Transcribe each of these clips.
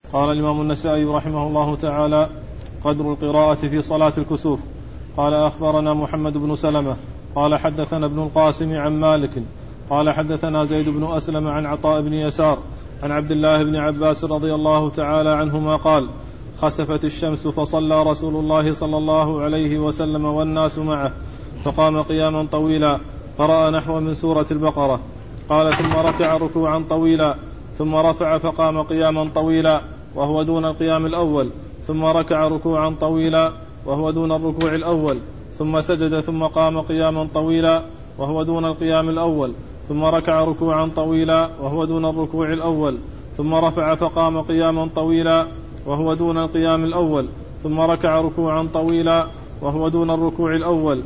قال الإمام النسائي رحمه الله تعالى: قدر القراءة في صلاة الكسوف. قال: أخبرنا محمد بن سلمة قال حدثنا ابن القاسم عن مالك قال حدثنا زيد بن أسلم عن عطاء بن يسار عن عبد الله بن عباس رضي الله تعالى عنهما قال: خسفت الشمس فصلى رسول الله صلى الله عليه وسلم والناس معه، فقام قياما طويلا قرأ نحو من سورة البقرة. قال: ثم ركع ركوعا طويلا، ثم رفع فقام قياما طويلا وهو دون القيام الأول، ثم ركع ركوعا طويلا وهو دون الركوع الأول، ثم سجد ثم قام قياما طويلا وهو دون القيام الأول، ثم ركع ركوعا طويلا وهو دون الركوع الأول، ثم رفع فقام قياما طويلا وهو دون القيام الأول، ثم ركع ركوعا طويلا وهو دون الركوع الأول،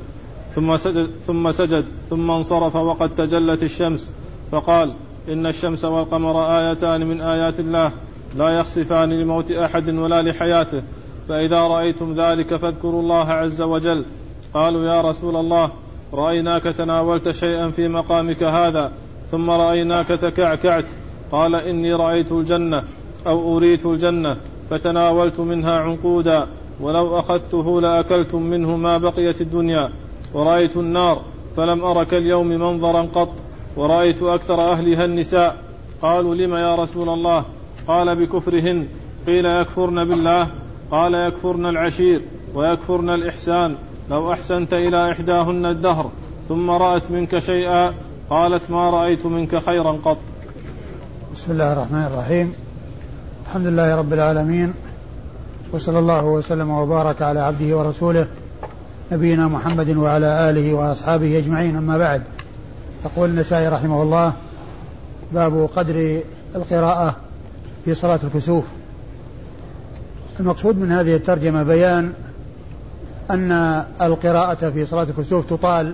ثم سجد ثم انصرف وقد تجلت الشمس، فقال: إن الشمس والقمر آيتان من آيات الله لا يخسفان لموت أحد ولا لحياته، فإذا رأيتم ذلك فاذكروا الله عز وجل. قالوا: يا رسول الله، رأيناك تناولت شيئا في مقامك هذا ثم رأيناك تكعكعت. قال: إني رأيت الجنة أو أريت الجنة فتناولت منها عنقودا، ولو أخذته لأكلتم منه ما بقيت الدنيا. ورأيت النار فلم أرك اليوم منظرا قط، ورأيت أكثر أهلها النساء. قالوا: لم يا رسول الله؟ قال: بكفرهن. قيل: يكفرن بالله؟ قال: يكفرن العشير ويكفرن الإحسان. لو أحسنت إلى إحداهن الدهر ثم رأت منك شيئا قالت: ما رأيت منك خيرا قط. بسم الله الرحمن الرحيم. الحمد لله رب العالمين، وصلى الله وسلم وبارك على عبده ورسوله نبينا محمد وعلى آله وأصحابه أجمعين، أما بعد. يقول النسائي رحمه الله: باب قدر القراءة في صلاة الكسوف. المقصود من هذه الترجمة بيان أن القراءة في صلاة الكسوف تطال،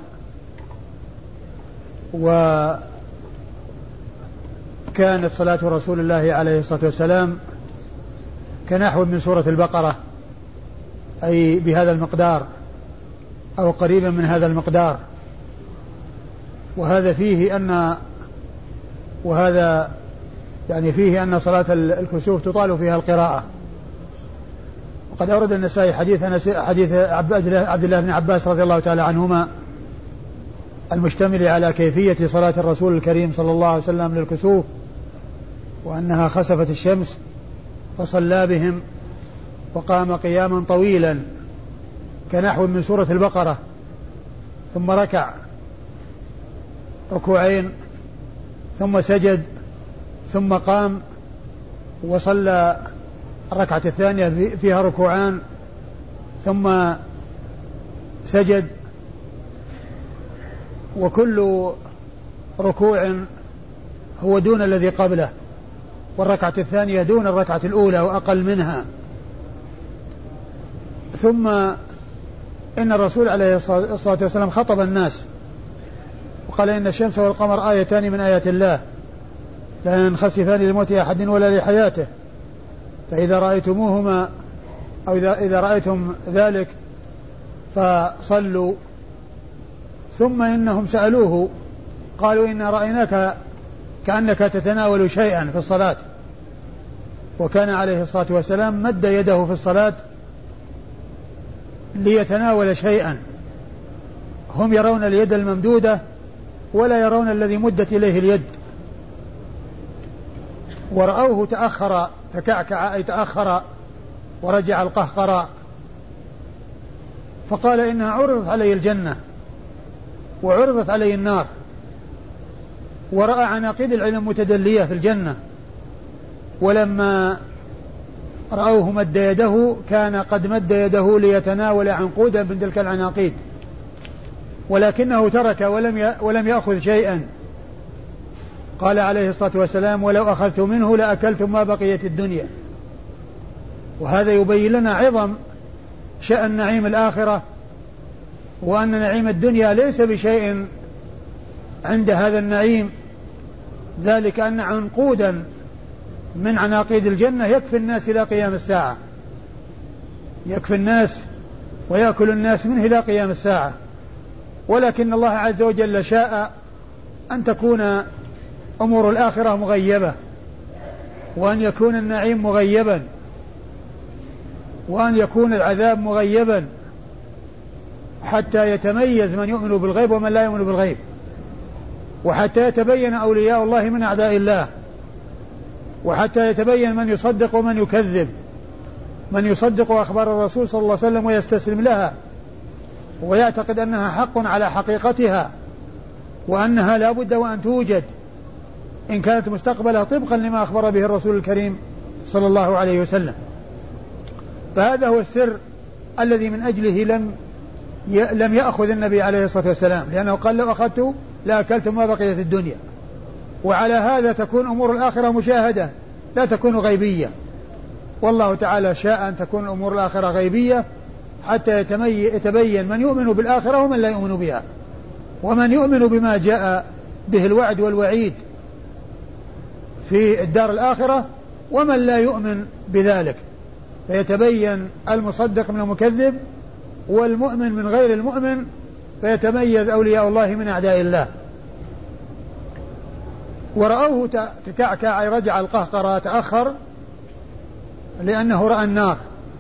وكانت صلاة رسول الله عليه الصلاة والسلام كنحو من سورة البقرة، أي بهذا المقدار أو قريبا من هذا المقدار. وهذا فيه فيه أن صلاة الكسوف تطال فيها القراءة. وقد أورد النسائي حديث عبد الله بن عباس رضي الله تعالى عنهما المشتمل على كيفية صلاة الرسول الكريم صلى الله عليه وسلم للكسوف، وأنها خسفت الشمس فصلى بهم وقام قياما طويلا كنحو من سورة البقرة، ثم ركع ركوعين، ثم سجد، ثم قام وصلى الركعة الثانية فيها ركوعان، ثم سجد، وكل ركوع هو دون الذي قبله، والركعة الثانية دون الركعة الأولى وأقل منها. ثم إن الرسول عليه الصلاة والسلام خطب الناس وقال: إن الشمس والقمر آيتان من آيات الله لا ينخسفان لموت أحد ولا لحياته، فإذا رأيتموهما أو إذا رأيتم ذلك فصلوا. ثم إنهم سألوه قالوا: إنا رأيناك كأنك تتناول شيئا في الصلاة. وكان عليه الصلاة والسلام مد يده في الصلاة ليتناول شيئا، هم يرون اليد الممدودة ولا يرون الذي مدت إليه اليد. ورأوه تأخر، تكعكع أي تأخر ورجع القهقراء، فقال: إنها عرضت علي الجنة وعرضت علي النار. ورأى عناقيد العلم متدلية في الجنة، ولما رأوه مد يده كان قد مد يده ليتناول عنقودا من تلك العناقيد، ولكنه ترك ولم يأخذ شيئا. قال عليه الصلاة والسلام: ولو أخذت منه لأكلتم ما بقيت الدنيا. وهذا يبين لنا عظم شأن نعيم الآخرة، وأن نعيم الدنيا ليس بشيء عند هذا النعيم، ذلك أن عنقودا من عناقيد الجنة يكفي الناس إلى قيام الساعة، يكفي الناس ويأكل الناس منه إلى قيام الساعة. ولكن الله عز وجل شاء أن تكون أمور الآخرة مغيبة، وأن يكون النعيم مغيبا، وأن يكون العذاب مغيبا، حتى يتميز من يؤمن بالغيب ومن لا يؤمن بالغيب، وحتى يتبين أولياء الله من أعداء الله، وحتى يتبين من يصدق ومن يكذب، من يصدق أخبار الرسول صلى الله عليه وسلم ويستسلم لها ويعتقد أنها حق على حقيقتها، وأنها لا بد وأن توجد إن كانت مستقبلة طبقا لما أخبر به الرسول الكريم صلى الله عليه وسلم. فهذا هو السر الذي من أجله لم يأخذ النبي عليه الصلاة والسلام، لأنه قال لو أخذت لأكلت ما بقيت الدنيا. وعلى هذا تكون أمور الآخرة مشاهدة لا تكون غيبية، والله تعالى شاء أن تكون أمور الآخرة غيبية حتى يتبين من يؤمن بالآخرة ومن لا يؤمن بها، ومن يؤمن بما جاء به الوعد والوعيد في الدار الآخرة ومن لا يؤمن بذلك، فيتبين المصدق من المكذب والمؤمن من غير المؤمن، فيتميز أولياء الله من أعداء الله. ورأوه تكعكع رجع القهقرة تأخر لأنه رأى النار.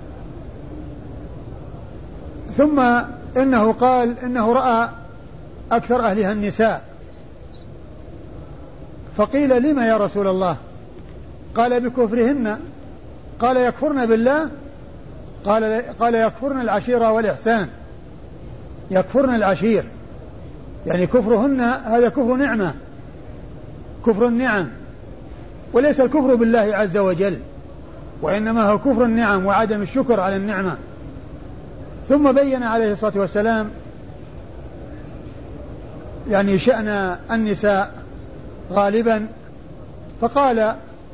ثم إنه قال إنه رأى أكثر أهلها النساء، فقيل لما يا رسول الله؟ قال بكفرهن. قال يكفرن بالله؟ قال يكفرن العشيرة والإحسان، يكفرن العشير، يعني كفرهن هذا كفر نعمة، كفر النعم، وليس الكفر بالله عز وجل، وإنما هو كفر النعم وعدم الشكر على النعمة. ثم بين عليه الصلاة والسلام يعني شأن النساء غالبا، فقال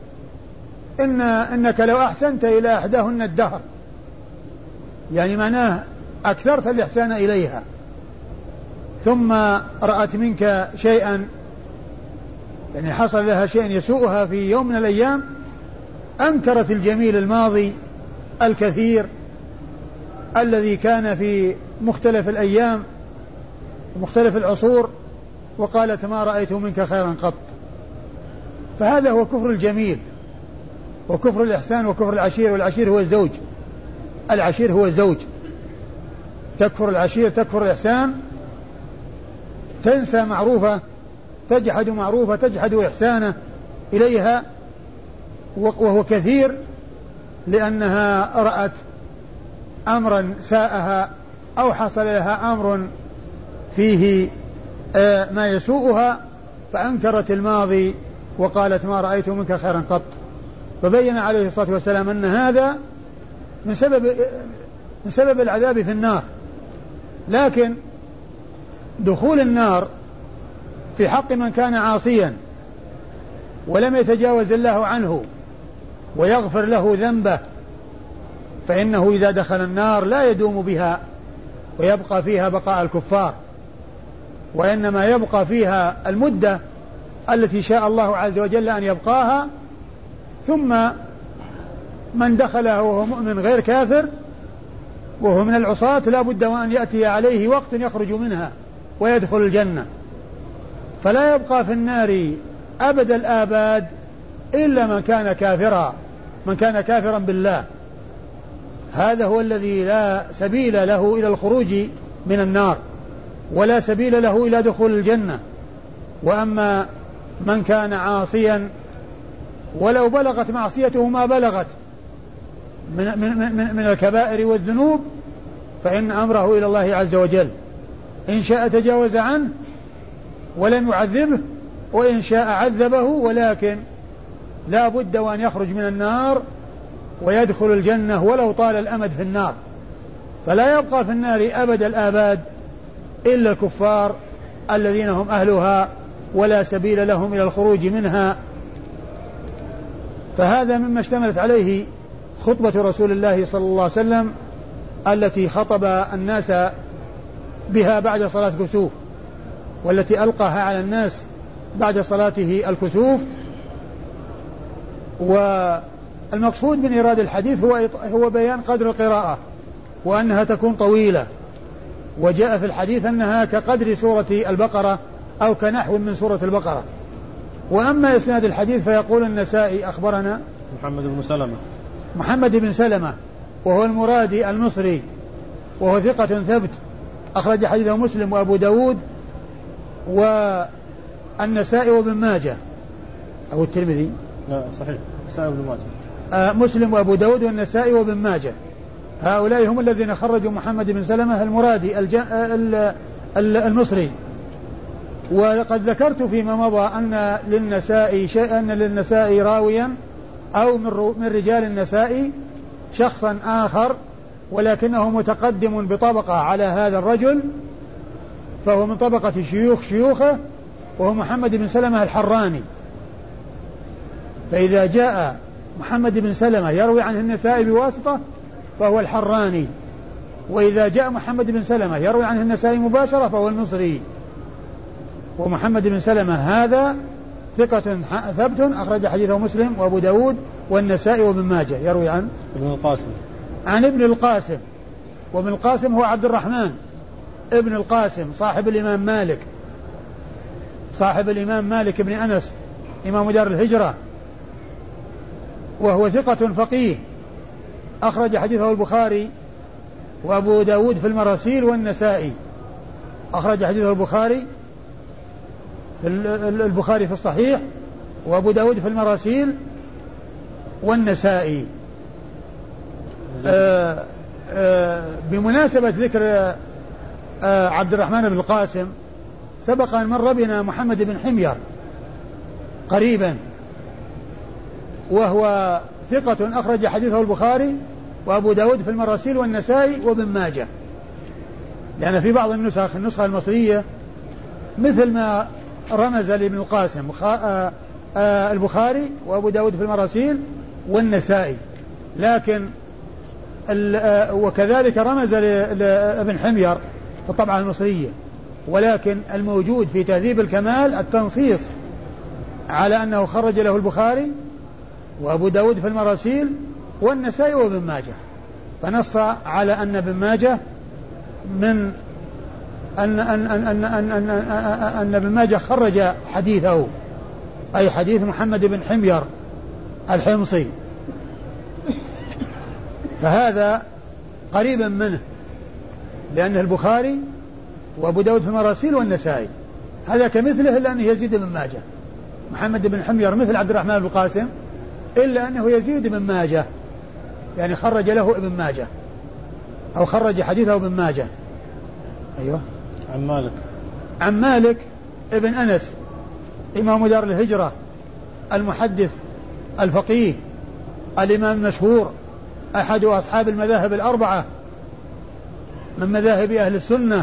إنك لو أحسنت إلى إحداهن الدهر، يعني معناه أكثرت الإحسان إليها، ثم رأت منك شيئا، يعني حصل لها شيء يسوءها في يوم من الأيام، أنكرت الجميل الماضي الكثير الذي كان في مختلف الأيام ومختلف العصور، وقالت ما رأيت منك خيرا قط. فهذا هو كفر الجميل وكفر الإحسان وكفر العشير، والعشير هو الزوج، العشير هو الزوج. تكفر العشير، تكفر الإحسان، تنسى معروفة، تجحد معروفة، تجحد إحسانه إليها، وهو كثير، لأنها رأت أمرا ساءها أو حصل لها أمر فيه ما يسوءها، فأنكرت الماضي وقالت ما رأيت منك خيرا قط. فبين عليه الصلاة والسلام أن هذا من سبب العذاب في النار. لكن دخول النار في حق من كان عاصيا ولم يتجاوز الله عنه ويغفر له ذنبه، فإنه إذا دخل النار لا يدوم بها ويبقى فيها بقاء الكفار، وإنما يبقى فيها المدة التي شاء الله عز وجل أن يبقاها. ثم من دخلها وهو مؤمن غير كافر وهو من العصاة لا بد وأن يأتي عليه وقت يخرج منها ويدخل الجنة، فلا يبقى في النار أبد الآباد إلا من كان كافرا، من كان كافرا بالله. هذا هو الذي لا سبيل له إلى الخروج من النار ولا سبيل له إلى دخول الجنة. وأما من كان عاصيا ولو بلغت معصيته ما بلغت من الكبائر والذنوب، فإن أمره إلى الله عز وجل، إن شاء تجاوز عنه ولم يعذبه، وإن شاء عذبه، ولكن لا بد وأن يخرج من النار ويدخل الجنة ولو طال الأمد في النار. فلا يبقى في النار أبد الآباد إلا الكفار الذين هم أهلها ولا سبيل لهم إلى الخروج منها. فهذا مما اشتملت عليه خطبة رسول الله صلى الله عليه وسلم التي خطب الناس بها بعد صلاة الكسوف، والتي ألقاها على الناس بعد صلاته الكسوف. والمقصود من إيراد الحديث هو بيان قدر القراءة وأنها تكون طويلة، وجاء في الحديث أنها كقدر سورة البقرة أو كنحو من سورة البقرة. وأما إسناد الحديث فيقول النسائي أخبرنا محمد بن سلمة وهو المرادي المصري وهو ثقة ثبت أخرج حديثه مسلم وأبو داود والنسائي وابن ماجه أو الترمذي. لا صحيح النسائي وابن ماجه. مسلم وأبو داود والنسائي وابن ماجه، هؤلاء هم الذين خرجوا محمد بن سلمة المرادي المصري. وقد ذكرت فيما مضى أن للنسائي راويا أو من رجال النسائي شخصا آخر ولكنه متقدم بطبقة على هذا الرجل، فهو من طبقة شيوخه، وهو محمد بن سلمة الحراني. فإذا جاء محمد بن سلمة يروي عنه النسائي بواسطة فهو الحراني، وإذا جاء محمد بن سلمة يروي عنه النسائي مباشرة فهو المصري. ومحمد بن سلمة هذا ثقة ثبت أخرج حديثه مسلم وأبو داود والنسائي وابن ماجه، يروي عن ابن القاسم. وابن القاسم هو عبد الرحمن ابن القاسم صاحب الإمام مالك بن أنس إمام دار الهجرة، وهو ثقة فقيه أخرج حديثه البخاري وأبو داود في المراسيل والنسائي. أخرج حديثه البخاري في الصحيح وأبو داود في المراسيل والنسائي. بمناسبة ذكر عبد الرحمن بن القاسم، سبق أن مر بنا محمد بن حمير قريبا، وهو ثقة أخرج حديثه البخاري وأبو داود في المراسيل والنسائي وابن ماجه. لأن في بعض النسخة المصرية مثل ما رمز لابن القاسم البخاري وأبو داود في المراسيل والنسائي، لكن وكذلك رمز لابن حمير في الطبعة المصرية، ولكن الموجود في تهذيب الكمال التنصيص على أنه خرج له البخاري وأبو داود في المراسيل والنسائي وابن ماجه، فنص على أن ابن ماجه من أن ابن ماجه خرج حديثه، أي حديث محمد بن حمير الحمصي، فهذا قريبا منه لأنه البخاري وأبو داود في المراسيل والنسائي. هذا كمثله إلا أنه يزيد بن ماجه. محمد بن حمير مثل عبد الرحمن بن القاسم إلا أنه يزيد بن ماجه، يعني خرج له ابن ماجه أو خرج حديثه ابن ماجه. أيوة. عن مالك ابن أنس إمام دار الهجرة المحدث الفقيه الإمام المشهور أحد أصحاب المذاهب الأربعة من مذاهب أهل السنة،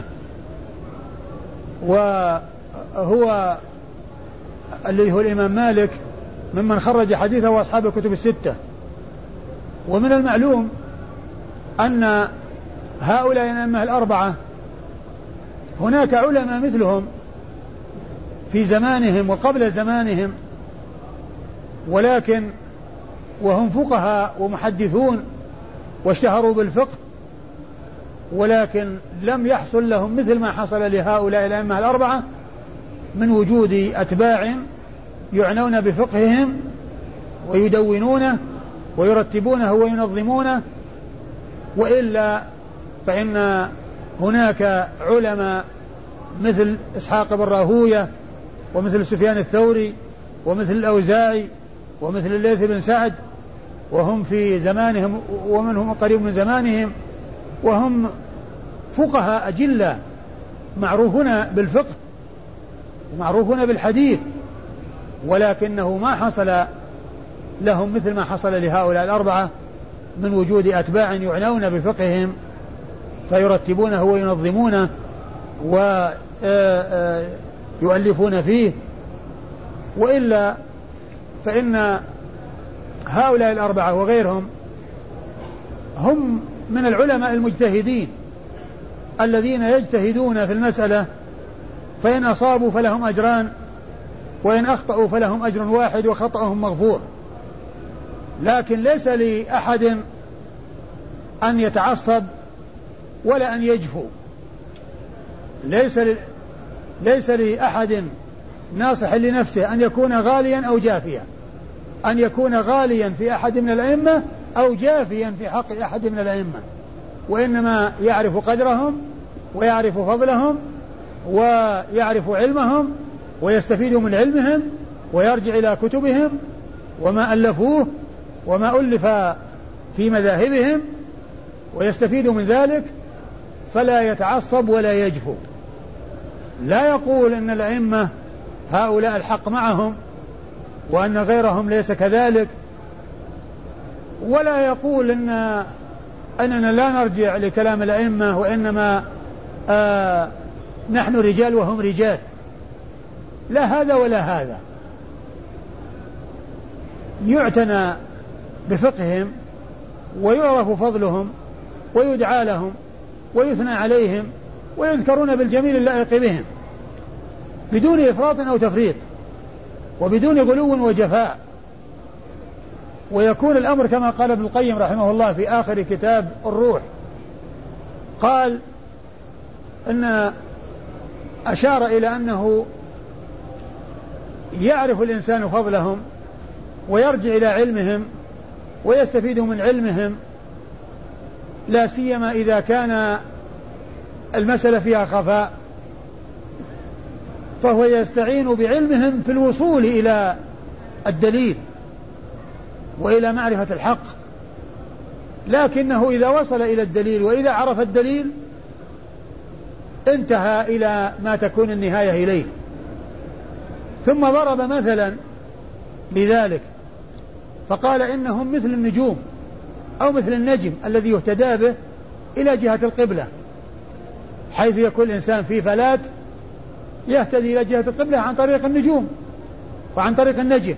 وهو اللي هو الإمام مالك ممن خرج حديثه وأصحاب الكتب الستة. ومن المعلوم أن هؤلاء الأئمة الأربعة هناك علماء مثلهم في زمانهم وقبل زمانهم، ولكن وهم فقهاء ومحدثون واشتهروا بالفقه، ولكن لم يحصل لهم مثل ما حصل لهؤلاء الأئمة الأربعة من وجود أتباع يعنون بفقههم ويدونونه ويرتبونه وينظمونه. وإلا فإن هناك علماء مثل إسحاق بن راهوية ومثل سفيان الثوري ومثل الأوزاعي ومثل الليث بن سعد، وهم في زمانهم ومنهم قريب من زمانهم، وهم فقهاء أجلة معروفون بالفقه ومعروفون بالحديث، ولكنه ما حصل لهم مثل ما حصل لهؤلاء الأربعة من وجود أتباع يعنون بفقههم فيرتبونه وينظمونه ويؤلفون فيه. وإلا فإن هؤلاء الأربعة وغيرهم هم من العلماء المجتهدين الذين يجتهدون في المسألة، فإن أصابوا فلهم أجران وإن أخطأوا فلهم أجر واحد وخطأهم مغفور. لكن ليس لأحد أن يتعصب ولا أن يجفو، ليس لأحد ناصح لنفسه أن يكون غاليا أو جافيا، أن يكون غاليا في أحد من الأئمة أو جافيا في حق أحد من الأئمة، وإنما يعرف قدرهم ويعرف فضلهم ويعرف علمهم ويستفيد من علمهم ويرجع إلى كتبهم وما ألفوه وما ألف في مذاهبهم ويستفيد من ذلك، فلا يتعصب ولا يجفو. لا يقول إن الأئمة هؤلاء الحق معهم وأن غيرهم ليس كذلك، ولا يقول أننا لا نرجع لكلام الأئمة وإنما نحن رجال وهم رجال. لا هذا ولا هذا، يعتنى بفقههم ويعرف فضلهم ويدعى لهم ويثنى عليهم ويذكرون بالجميل اللائق بهم بدون إفراط أو تفريط وبدون غلو وجفاء. ويكون الأمر كما قال ابن القيم رحمه الله في آخر كتاب الروح، قال أن أشار إلى أنه يعرف الإنسان فضلهم ويرجع إلى علمهم ويستفيد من علمهم، لا سيما إذا كان المسألة فيها خفاء، فهو يستعين بعلمهم في الوصول إلى الدليل وإلى معرفة الحق. لكنه إذا وصل إلى الدليل وإذا عرف الدليل انتهى إلى ما تكون النهاية إليه. ثم ضرب مثلا لذلك فقال إنهم مثل النجوم أو مثل النجم الذي يهتدى به إلى جهة القبلة، حيث يكون الإنسان في فلات يهتدي إلى جهة القبلة عن طريق النجوم وعن طريق النجم.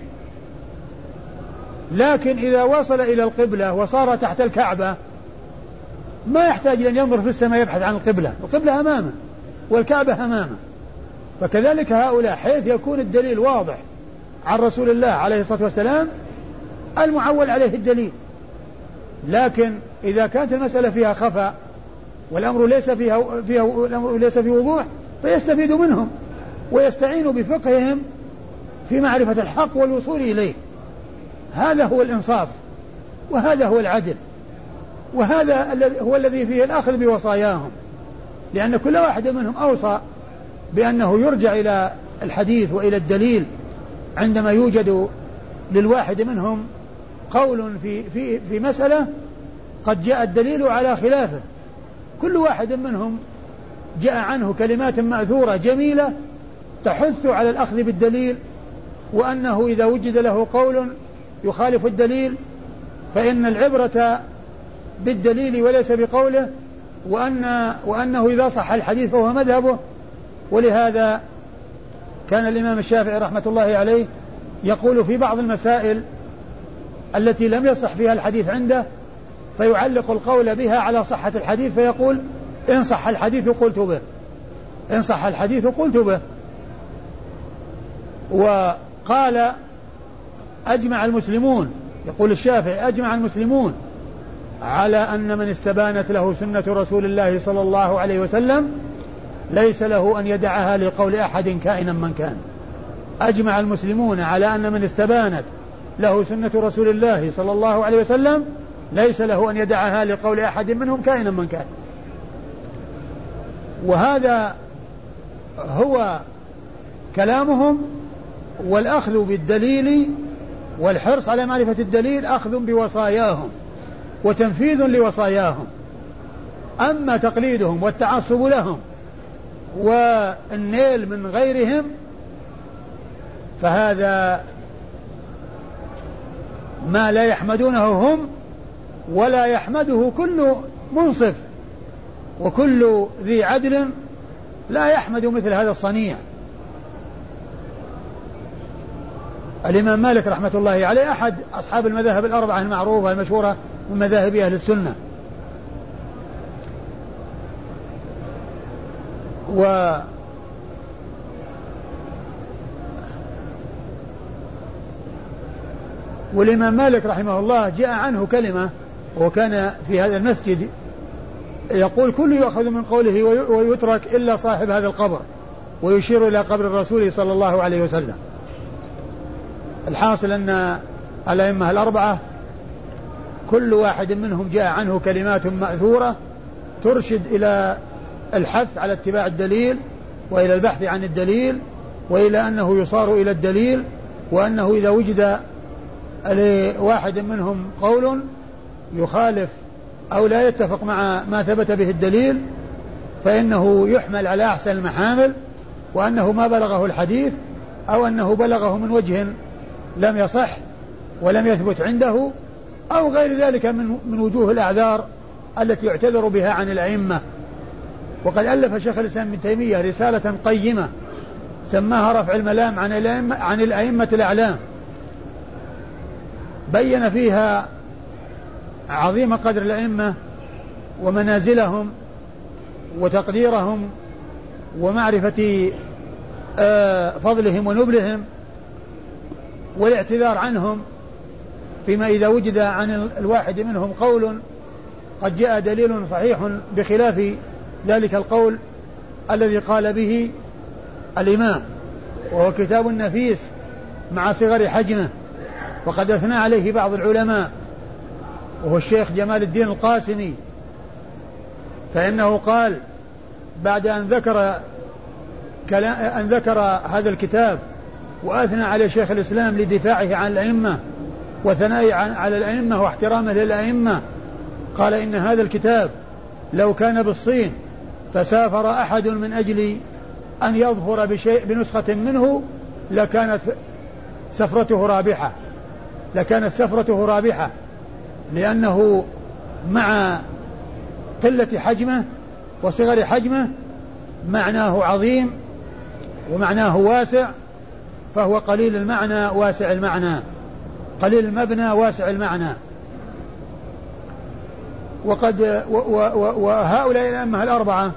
لكن إذا وصل إلى القبلة وصار تحت الكعبة ما يحتاج أن ينظر في السماء يبحث عن القبلة، القبلة أمامه والكعبة أمامه. فكذلك هؤلاء حيث يكون الدليل واضح عن رسول الله عليه الصلاة والسلام المعول عليه الدليل. لكن إذا كانت المسألة فيها خفاء والأمر ليس فيه وضوح فيستفيد منهم ويستعين بفقههم في معرفة الحق والوصول إليه. هذا هو الإنصاف وهذا هو العدل، وهذا هو الذي فيه الأخذ بوصاياهم، لأن كل واحد منهم أوصى بأنه يرجع إلى الحديث وإلى الدليل عندما يوجد للواحد منهم قول في مسألة قد جاء الدليل على خلافه. كل واحد منهم جاء عنه كلمات مأثورة جميلة تحث على الأخذ بالدليل، وأنه إذا وجد له قول يخالف الدليل فإن العبرة بالدليل وليس بقوله، وأنه إذا صح الحديث فهو مذهبه. ولهذا كان الإمام الشافعي رحمة الله عليه يقول في بعض المسائل التي لم يصح فيها الحديث عنده فيعلق القول بها على صحة الحديث فيقول إن صح الحديث قلت به، إن صح الحديث قلت به. وقال أجمع المسلمون، يقول الشافعي أجمع المسلمون على أن من استبانت له سنة رسول الله صلى الله عليه وسلم ليس له أن يدعها لقول أحد كائنا من كان. أجمع المسلمون على أن من استبانت له سنة رسول الله صلى الله عليه وسلم ليس له أن يدعها لقول أحد منهم كائنا من كان. وهذا هو كلامهم، والأخذ بالدليل والحرص على معرفة الدليل أخذ بوصاياهم وتنفيذ لوصاياهم. أما تقليدهم والتعصب لهم والنيل من غيرهم فهذا ما لا يحمدونه هم ولا يحمده كل منصف وكل ذي عدل، لا يحمد مثل هذا الصنيع. الإمام مالك رحمة الله عليه أحد أصحاب المذاهب الأربعة المعروفة المشهورة من مذاهب أهل السنة، والإمام مالك رحمه الله جاء عنه كلمة وكان في هذا المسجد يقول كل يأخذ من قوله ويترك إلا صاحب هذا القبر، ويشير إلى قبر الرسول صلى الله عليه وسلم. الحاصل أن الأئمة الأربعة كل واحد منهم جاء عنه كلمات مأثورة ترشد إلى الحث على اتباع الدليل وإلى البحث عن الدليل وإلى أنه يصار إلى الدليل، وأنه إذا وجد لواحد منهم قول يخالف أو لا يتفق مع ما ثبت به الدليل فإنه يحمل على أحسن المحامل، وأنه ما بلغه الحديث أو أنه بلغه من وجه لم يصح ولم يثبت عنده أو غير ذلك من وجوه الأعذار التي يعتذر بها عن الأئمة. وقد ألف شيخ الإسلام ابن تيمية رسالة قيمة سماها رفع الملام عن الأئمة الأعلام، بين فيها عظيم قدر الأئمة ومنازلهم وتقديرهم ومعرفة فضلهم ونبلهم والاعتذار عنهم فيما إذا وجد عن الواحد منهم قول قد جاء دليل صحيح بخلاف ذلك القول الذي قال به الإمام، وهو كتاب نفيس مع صغر حجمه، وقد أثنى عليه بعض العلماء وهو الشيخ جمال الدين القاسمي، فإنه قال بعد أن ذكر هذا الكتاب وأثنى على شيخ الإسلام لدفاعه عن الأئمة وثنائه على الأئمة واحترامه للأئمة، قال إن هذا الكتاب لو كان بالصين فسافر أحد من أجل أن يظفر بنسخة منه لكانت سفرته رابحة، لأنه مع قلة حجمه وصغر حجمه معناه عظيم ومعناه واسع، فهو قليل المعنى واسع المعنى، قليل المبنى واسع المعنى. وهؤلاء الأئمة الأربعة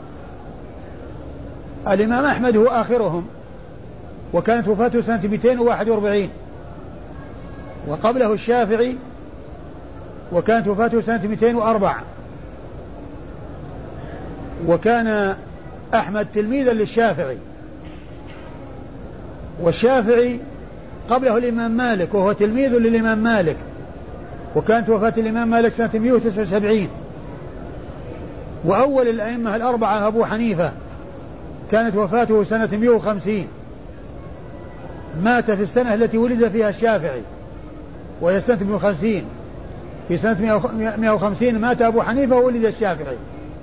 الإمام أحمد هو آخرهم، وكانت وفاته سنة 241، وقبله الشافعي وكانت وفاته سنة 204، وكان أحمد تلميذا للشافعي، والشافعي قبله الإمام مالك وهو تلميذ للإمام مالك، وكانت وفاة الإمام مالك سنة 179. وأول الأئمة الأربعة أبو حنيفة كانت وفاته سنة 150، مات في السنة التي ولد فيها الشافعي وهي سنة 150. في سنة 150 مات أبو حنيفة وولد الشافعي.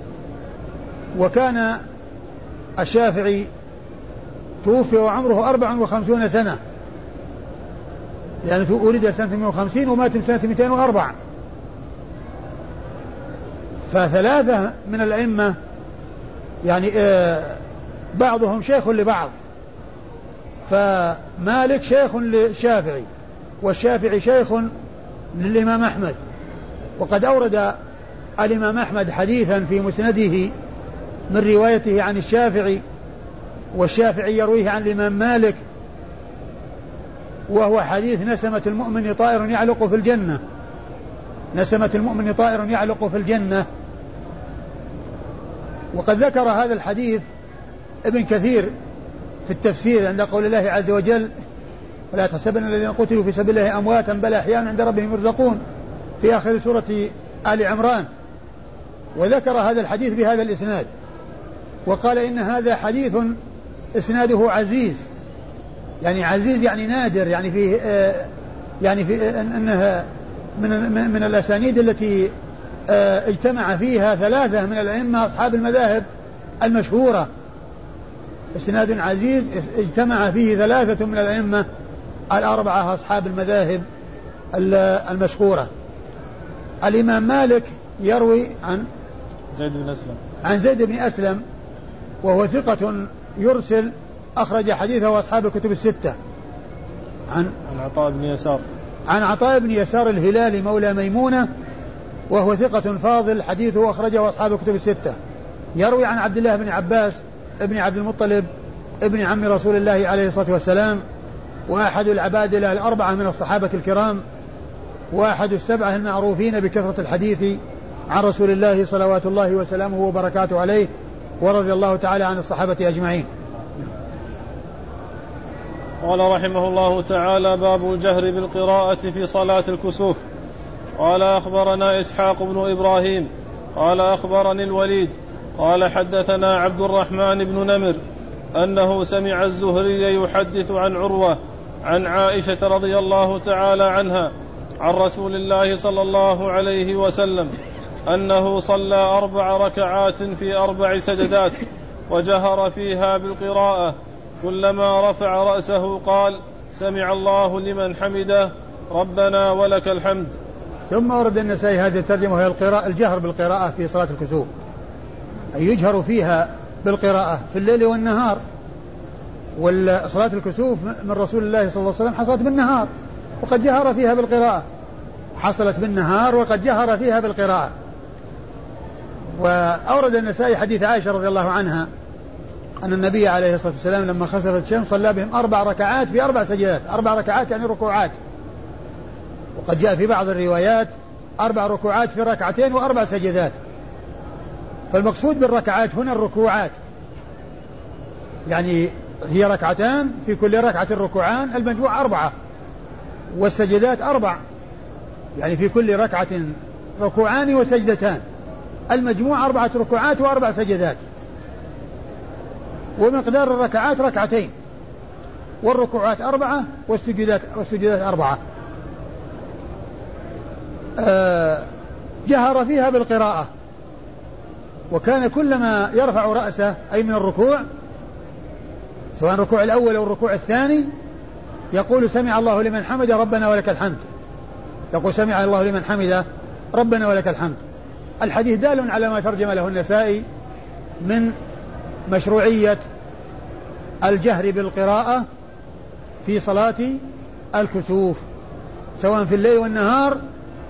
وكان الشافعي توفي وعمره 54 سنة، يعني ولد سنة 150 ومات سنة 204. فثلاثة من الأئمة يعني بعضهم شيخ لبعض، فمالك شيخ للشافعي والشافعي شيخ للإمام أحمد. وقد أورد الإمام أحمد حديثا في مسنده من روايته عن الشافعي، والشافعي يرويه عن الإمام مالك، وهو حديث نسمة المؤمن طائر يعلق في الجنة، نسمة المؤمن طائر يعلق في الجنة. وقد ذكر هذا الحديث ابن كثير في التفسير عند قول الله عز وجل ولا تحسبن الذين قتلوا في سبيل الله أمواتا بل أحياء عند ربهم يرزقون في آخر سورة آل عمران، وذكر هذا الحديث بهذا الإسناد، وقال إن هذا حديث إسناده عزيز، يعني عزيز يعني نادر، يعني فيه أنها من الأسانيد التي اجتمع فيها ثلاثة من الأئمة أصحاب المذاهب المشهورة، إسناد عزيز اجتمع فيه ثلاثة من الأئمة الأربعة أصحاب المذاهب المشهورة. الإمام مالك يروي عن زيد بن أسلم وهو ثقة يرسل، أخرج حديثه أصحاب الكتب الستة. عن عطاء بن يسار الهلالي مولى ميمونة وهو ثقة فاضل، حديثه أخرجه أصحاب الكتب الستة. يروي عن عبد الله بن عباس ابن عبد المطلب ابن عم رسول الله عليه الصلاة والسلام، وأحد العبادلة الأربعة من الصحابة الكرام، وأحد السبعة المعروفين بكثرة الحديث عن رسول الله صلوات الله وسلامه وبركاته عليه، ورضي الله تعالى عن الصحابة أجمعين. قال رحمه الله تعالى: باب الجهر بالقراءة في صلاة الكسوف. قال: أخبرنا إسحاق بن إبراهيم قال: أخبرني الوليد قال: حدثنا عبد الرحمن بن نمر أنه سمع الزهري يحدث عن عروة عن عائشة رضي الله تعالى عنها عن رسول الله صلى الله عليه وسلم أنه صلى 4 ركعات في 4 سجدات وجهر فيها بالقراءة، كلما رفع رأسه قال: سمع الله لمن حمده ربنا ولك الحمد. ثم ورد النسائي هذه الترجمة وهي الجهر بالقراءة في صلاة الكسوف، أي يجهر فيها بالقراءة في الليل والنهار. وصلاة الكسوف من رسول الله صلى الله عليه وسلم حصلت بالنهار وقد جهر فيها بالقراءة، حصلت بالنهار وقد جهر فيها بالقراءة. وأورد النسائي حديث عائشة رضي الله عنها أن النبي عليه الصلاة والسلام لما خسفت الشمس صلى بهم 4 ركعات في 4 سجدات. 4 ركعات يعني ركوعات، وقد جاء في بعض الروايات 4 ركوعات في 2 و4 سجدات. فالمقصود بالركعات هنا الركوعات، يعني هي 2 في كل ركعة ركوعان، المجموع 4، والسجدات 4، يعني في كل ركعة ركوعان وسجدتان، المجموع 4 ركوعات و4 سجدات. ومقدار الركعات 2، والركوعات 4 والسجدات 4. جهر فيها بالقراءة، وكان كلما يرفع رأسه أي من الركوع، سواء الركوع الأول أو الركوع الثاني، يقول: سمع الله لمن حمده ربنا ولك الحمد. يقول: سمع الله لمن حمده ربنا ولك الحمد. الحديث دال على ما ترجم له النسائي من مشروعية الجهر بالقراءة في صلاة الكسوف سواء في الليل والنهار،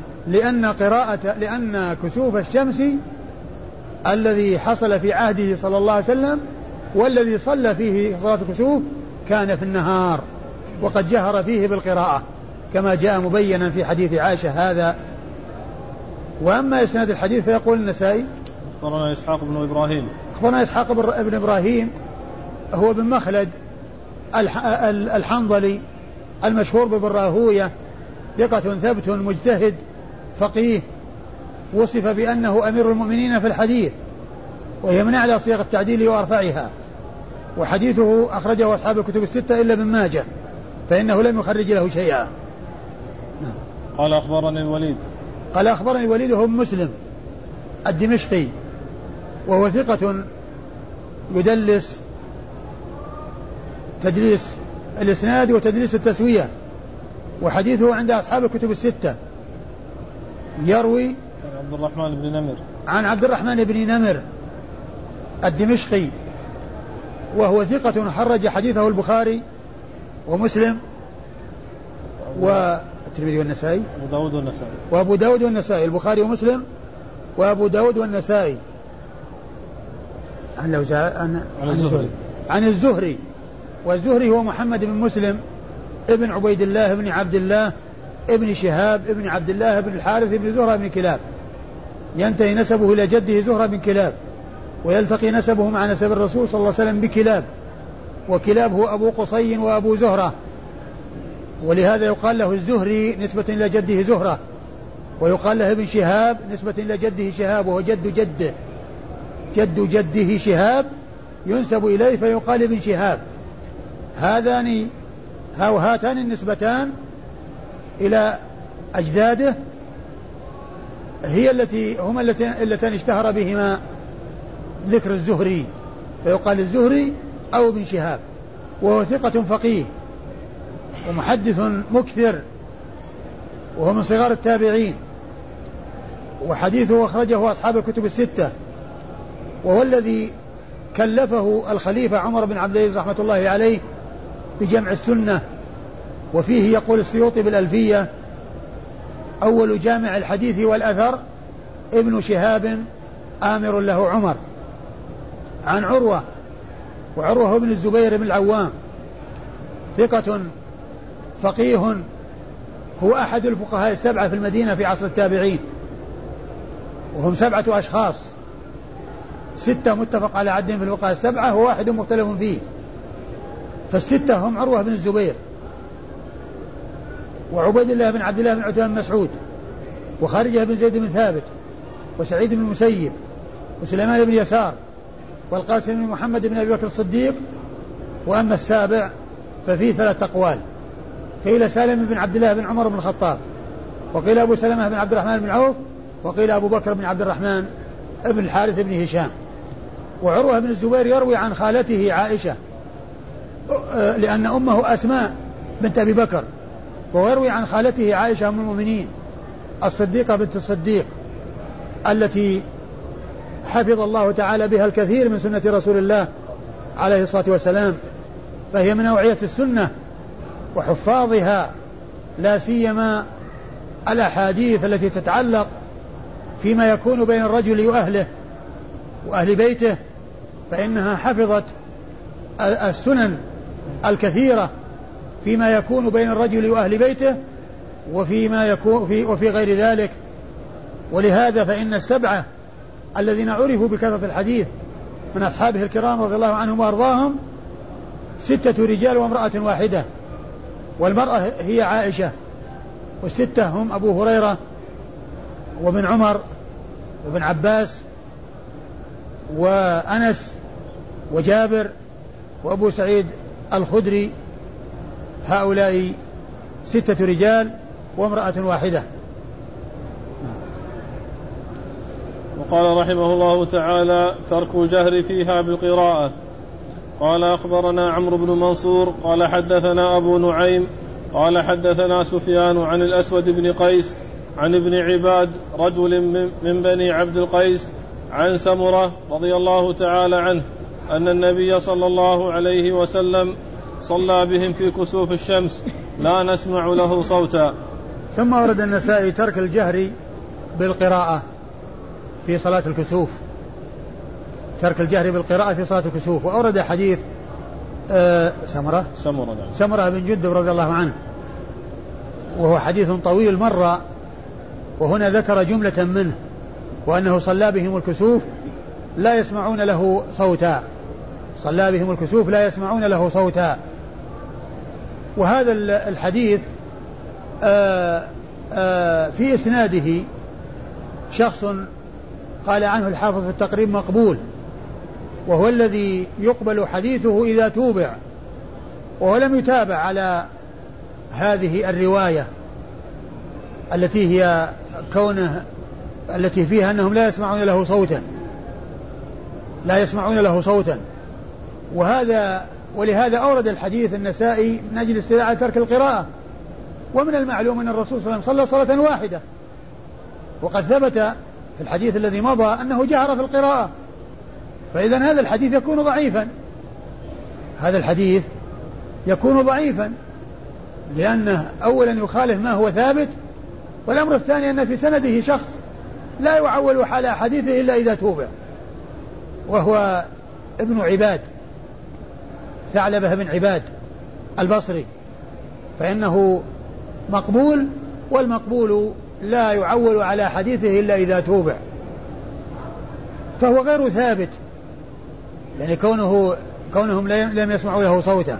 لأن كسوف الشمس الذي حصل في عهده صلى الله عليه وسلم والذي صلى فيه صلاة الكسوف كان في النهار، وقد جهر فيه بالقراءة كما جاء مبينا في حديث عائشة هذا. وأما إسناد الحديث فيقول النسائي: أخبرنا إسحاق بن إبراهيم. أخبرنا إسحاق بن إبراهيم هو بن مخلد الحنظلي المشهور بابن راهوية، ثقة ثبت مجتهد فقيه، وصف بأنه أمير المؤمنين في الحديث، وهي من أعلى صيغ التعديل وأرفعها، وحديثه أخرجه أصحاب الكتب الستة إلا ابن ماجه، فإنه لم يخرج له شيئا. قال: أخبرني الوليد. قال: أخبرني الوليد هو مسلم الدمشقي، وهو ثقة يدلس تدليس الإسناد وتدليس التسوية، وحديثه عند أصحاب الكتب الستة. يروي عبد الرحمن بن نمر عن عبد الرحمن بن نمر الدمشقي، وهو ثقة حرج حديثه البخاري ومسلم والترمذي والنسائي وأبو داود والنسائي. البخاري ومسلم وأبو داود والنسائي عن الزهري. والزهري هو محمد بن مسلم ابن عبيد الله ابن عبد الله ابن شهاب ابن عبد الله ابن الحارث ابن زهرة بن كلاب، ينتهي نسبه إلى جده زهرة بن كلاب، ويلتقي نسبه مع نسب الرسول صلى الله عليه وسلم بكلاب، وكلاب هو أبو قصي وأبو زهرة، ولهذا يقال له الزهري نسبة إلى جده زهرة، ويقال له ابن شهاب نسبة إلى جده شهاب، وهو جد جده شهاب ينسب إليه فيقال ابن شهاب. هاتان النسبتان إلى أجداده هما اللتان اشتهر بهما ذكر الزهري، فيقال الزهري أو ابن شهاب، وهو ثقة فقيه ومحدث مكثر، وهو من صغار التابعين، وحديثه أخرجه أصحاب الكتب الستة، وهو الذي كلفه الخليفة عمر بن عبد العزيز رحمة الله عليه بجمع السنة. وفيه يقول السيوطي بالألفية: أول جامع الحديث والأثر ابن شهاب آمر له عمر. عن عروة، وعروة ابن الزبير بن العوام ثقة فقيه، هو أحد الفقهاء السبعة في المدينة في عصر التابعين، وهم 7 أشخاص، 6 متفق على عدهم في الفقهاء السبعة وواحد مختلف فيه. فالستة هم عروة بن الزبير، وعبيد الله بن عبد الله بن عتبة بن مسعود، وخارجة بن زيد بن ثابت، وسعيد بن المسيب، وسليمان بن يسار، والقاسم بن محمد بن أبي بكر الصديق. وأما السابع ففيه 3 أقوال، قيل سالم بن عبد الله بن عمر بن الخطاب، وقيل أبو سلمة بن عبد الرحمن بن عوف، وقيل أبو بكر بن عبد الرحمن بن الحارث بن هشام. وعروة بن الزبير يروي عن خالته عائشة لأن أمه أسماء بنت أبي بكر، ويروي عن خالته عائشة أم المؤمنين الصديقة بنت الصديق التي حفظ الله تعالى بها الكثير من سنة رسول الله عليه الصلاة والسلام، فهي من أوعية السنة وحفاظها، لا سيما الأحاديث التي تتعلق فيما يكون بين الرجل وأهله وأهل بيته، فإنها حفظت السنن الكثيرة فيما يكون بين الرجل وأهل بيته وفيما يكون وفي غير ذلك. ولهذا فإن السبعة الذين عرفوا بكثرة الحديث من أصحابه الكرام رضي الله عنهم وأرضاهم 6 رجال وامرأة واحدة، والمرأة هي عائشة، والستة هم أبو هريرة وابن عمر وابن عباس وأنس وجابر وأبو سعيد الخدري، هؤلاء 6 رجال وامرأة واحدة. وقال رحمه الله تعالى: ترك الجهر فيها بالقراءة. قال: أخبرنا عمرو بن منصور قال حدثنا أبو نعيم قال حدثنا سفيان عن الأسود بن قيس عن ابن عباد رجل من بني عبد القيس عن سمرة رضي الله تعالى عنه أن النبي صلى الله عليه وسلم صلى بهم في كسوف الشمس لا نسمع له صوتا. ثم ورد النسائي ترك الجهر بالقراءة في صلاة الكسوف، ترك الجهر بالقراءة في صلاة الكسوف، وأورد حديث سمرة بن جندب رضي الله عنه، وهو حديث طويل مرة، وهنا ذكر جملة منه، وأنه صلى بهم الكسوف لا يسمعون له صوتا، صلى بهم الكسوف لا يسمعون له صوتا. وهذا الحديث في إسناده شخص قال عنه الحافظ في التقريب مقبول، وهو الذي يقبل حديثه إذا توبع، وهو لم يتابع على هذه الرواية التي هي كونه التي فيها أنهم لا يسمعون له صوتا، لا يسمعون له صوتا. ولهذا أورد الحديث النسائي من أجل استدعاء ترك القراءة. ومن المعلوم أن الرسول صلى الله عليه وسلم صلى صلاة واحدة، وقد ثبت في الحديث الذي مضى أنه جهر في القراءة، فإذا هذا الحديث يكون ضعيفا، هذا الحديث يكون ضعيفا، لأنه أولا يخالف ما هو ثابت، والأمر الثاني أن في سنده شخص لا يعول على حديثه إلا إذا توبع، وهو ابن عباد ثعلبة بن عباد البصري، فإنه مقبول، والمقبول لا يعول على حديثه إلا إذا توبع، فهو غير ثابت، يعني كونهم لم يسمعوا له صوتا.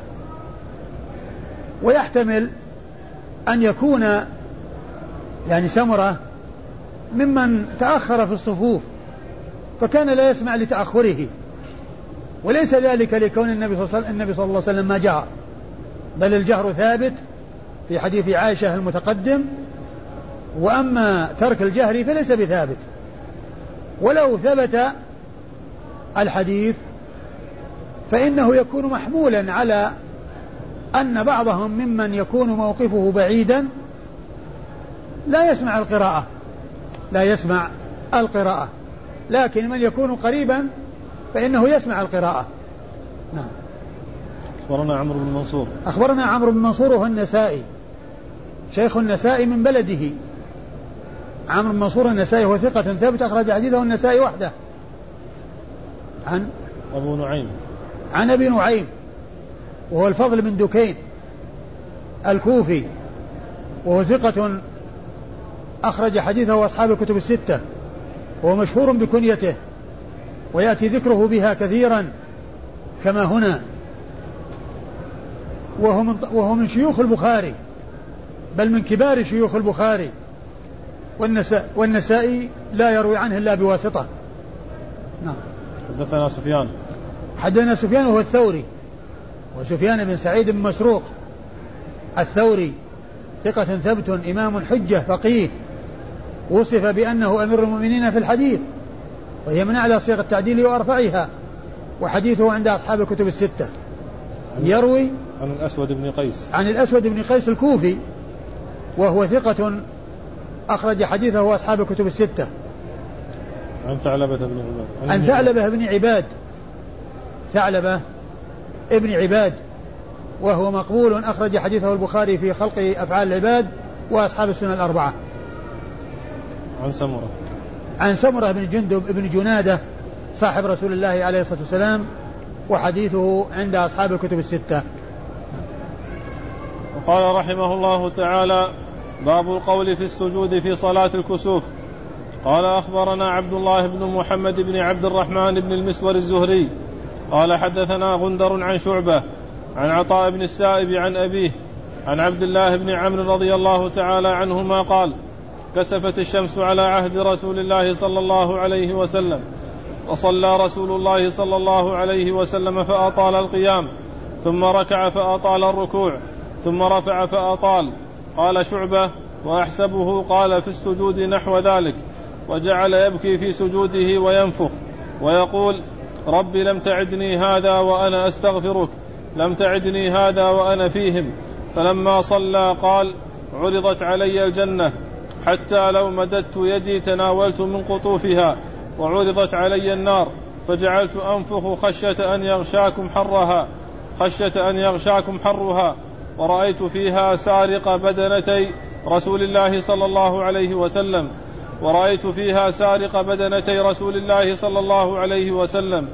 ويحتمل أن يكون يعني سمرة ممن تأخر في الصفوف فكان لا يسمع لتأخره، وليس ذلك لكون النبي صلى الله عليه وسلم ما جهر، بل الجهر ثابت في حديث عائشة المتقدم، وأما ترك الجهر فليس بثابت. ولو ثبت الحديث فإنه يكون محمولا على أن بعضهم ممن يكون موقفه بعيدا لا يسمع القراءة، لكن من يكون قريبا فإنه يسمع القراءة. نعم. أخبرنا عمرو بن منصور وهو النسائي، شيخ النسائي من بلده. عمرو بن منصور النسائي هو ثقة ثابت أخرج حديثه النسائي وحده. عن أبي نعيم وهو الفضل بن دكين الكوفي، وهو ثقة أخرج حديثه أصحاب الكتب الستة، وهو مشهور بكنيته ويأتي ذكره بها كثيرا كما هنا. وهو من شيوخ البخاري، بل من كبار شيوخ البخاري، والنسائي لا يروي عنه إلا بواسطة. نعم. حدثنا سفيان. حدثنا سفيان وهو الثوري، وسفيان بن سعيد بن مسروق الثوري ثقة ثبت إمام حجة فقيه، وصف بأنه أمير المؤمنين في الحديث، وهي من أعلى صيغ التعديل وأرفعها، وحديثه عند أصحاب الكتب الستة. يروي عن الأسود بن قيس. عن الأسود بن قيس الكوفي، وهو ثقة أخرج حديثه أصحاب الكتب الستة. عن ثعلبة بن عباد. عن ثعلبة بن عباد، ثعلبة ابن عباد، وهو مقبول أخرج حديثه البخاري في خلق أفعال العباد وأصحاب السنن الأربعة. عن سمرة بن جندب بن جنادة صاحب رسول الله عليه الصلاة والسلام، وحديثه عند أصحاب الكتب الستة. وقال رحمه الله تعالى: باب القول في السجود في صلاة الكسوف. قال أخبرنا عبد الله بن محمد بن عبد الرحمن بن المسور الزهري قال حدثنا غندر عن شعبة عن عطاء بن السائب عن أبيه عن عبد الله بن عمرو رضي الله تعالى عنهما قال: كسفت الشمس على عهد رسول الله صلى الله عليه وسلم، وصلى رسول الله صلى الله عليه وسلم فأطال القيام، ثم ركع فأطال الركوع، ثم رفع فأطال. قال شعبة: وأحسبه قال في السجود نحو ذلك، وجعل يبكي في سجوده وينفخ ويقول: رب لم تعدني هذا وأنا أستغفرك، لم تعدني هذا وأنا فيهم. فلما صلى قال: عرضت علي الجنة حتى لو مددت يدي تناولت من قطوفها، وعرضت علي النار فجعلت أنفخ خشية أن يغشاكم حرها، ورأيت فيها سارق بدنتي رسول الله صلى الله عليه وسلم، ورأيت فيها سارق بدنتي رسول الله صلى الله عليه وسلم،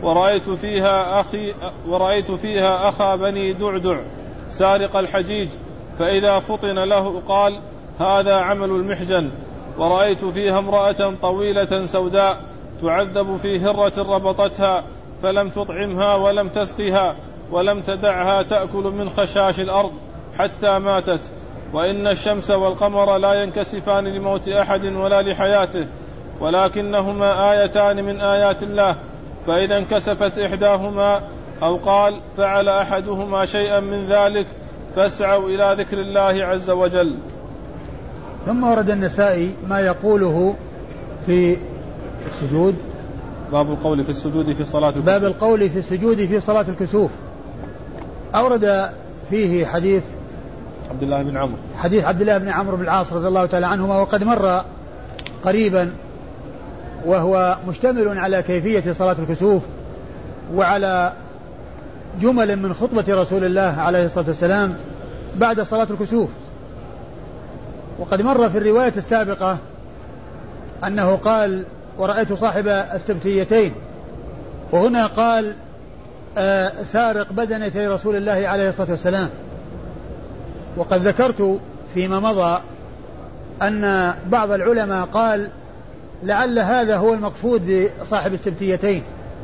ورأيت فيها أخا بني دعدع سارق الحجيج، فإذا فطن له قال: هذا عمل المحجن. ورأيت فيها امرأة طويلة سوداء تعذب في هرة ربطتها، فلم تطعمها ولم تسقها ولم تدعها تأكل من خشاش الأرض حتى ماتت. وإن الشمس والقمر لا ينكسفان لموت أحد ولا لحياته، ولكنهما آيتان من آيات الله، فإذا انكسفت إحداهما أو قال فعل أحدهما شيئا من ذلك فاسعوا إلى ذكر الله عز وجل. ثم ورد النسائي ما يقوله في السجود. باب القول في السجود في صلاة الكسوف. باب القول في السجود في صلاة الكسوف. أورد فيه حديث عبد الله بن عمرو، حديث عبد الله بن عمرو بن العاص رضي الله تعالى عنهما، وقد مر قريبا، وهو مشتمل على كيفية صلاة الكسوف وعلى جمل من خطبة رسول الله عليه الصلاة والسلام بعد صلاة الكسوف. وقد مر في الرواية السابقة أنه قال: ورأيت صاحب السبتيتين، وهنا قال: سارق بدنتي رسول الله عليه الصلاة والسلام. وقد ذكرت فيما مضى أن بعض العلماء قال لعل هذا هو المقصود بصاحب السبتيتين،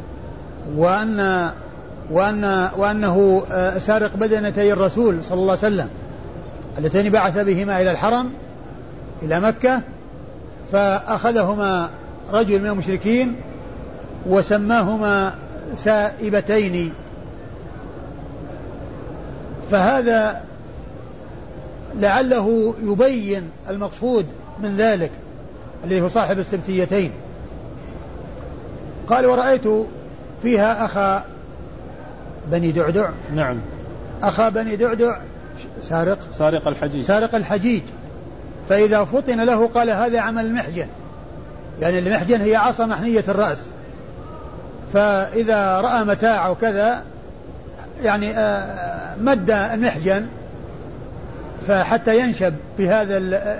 وأنه سارق بدنتي الرسول صلى الله عليه وسلم اللتين بعث بهما إلى الحرم إلى مكة، فأخذهما رجل من المشركين وسماهما سائبتين. فهذا لعله يبين المقصود من ذلك الذي هو صاحب السبتيتين. قال: ورأيت فيها أخا بني دعدع. نعم. أخا بني دعدع سارق الحجيج، فإذا فطن له قال: هذا عمل المحجن، يعني المحجن هي عصا محنية الرأس، فإذا رأى متاع وكذا يعني مد المحجن فحتى ينشب بهذا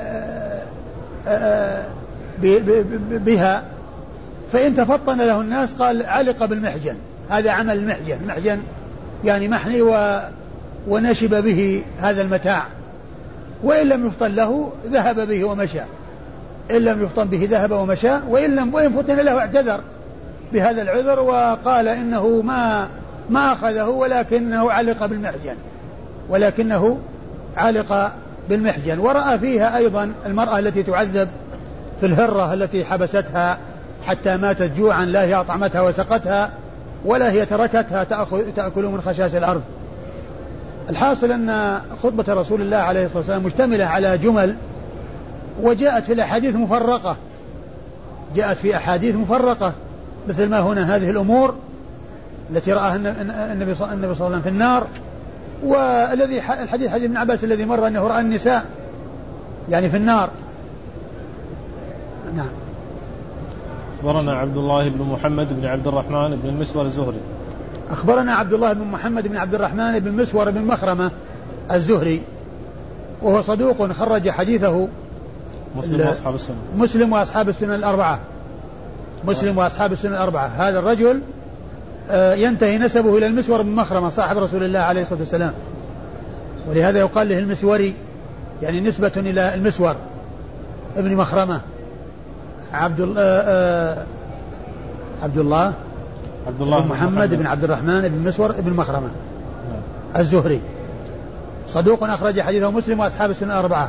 بها، فإن تفطن له الناس قال: علق بالمحجن، هذا عمل المحجن. المحجن يعني محني ونشب به هذا المتاع، وإن لم يفطن له ذهب به ومشى، إن لم يفطن به ذهب ومشى، وإن فطن له اعتذر بهذا العذر وقال إنه ما أخذه ولكنه علق بالمحجن. ولكنه علق بالمحجن. ورأى فيها أيضا المرأة التي تعذب في الهرة التي حبستها حتى ماتت جوعا، لا هي أطعمتها وسقتها ولا هي تركتها تأكل من خشاش الأرض. الحاصل أن خطبة رسول الله عليه الصلاة والسلام مشتملة على جمل، وجاءت في الأحاديث مفرقة، جاءت في أحاديث مفرقة مثل ما هنا هذه الأمور التي رآها النبي صلى الله عليه وسلم في النار، والذي الحديث حديث ابن عباس الذي مر أنه رأى النساء يعني في النار. نعم. أخبرنا عبد الله بن محمد بن عبد الرحمن بن المسور الزهري. أخبرنا عبد الله بن محمد بن عبد الرحمن بن مسور بن مخرمة الزهري، وهو صدوق خرج حديثه مسلم وأصحاب السنن الأربعة. مسلم وأصحاب السنن الأربعة. هذا الرجل ينتهي نسبه إلى المسور بن مخرمة صاحب رسول الله عليه الصلاة والسلام، ولهذا يقال له المسوري، يعني نسبة إلى المسور ابن مخرمة. عبد الله بن محمد بن عبد الرحمن بن مسور بن مخرمة الزهري، صدوق أخرج حديثه مسلم وأصحاب السنن الأربعة.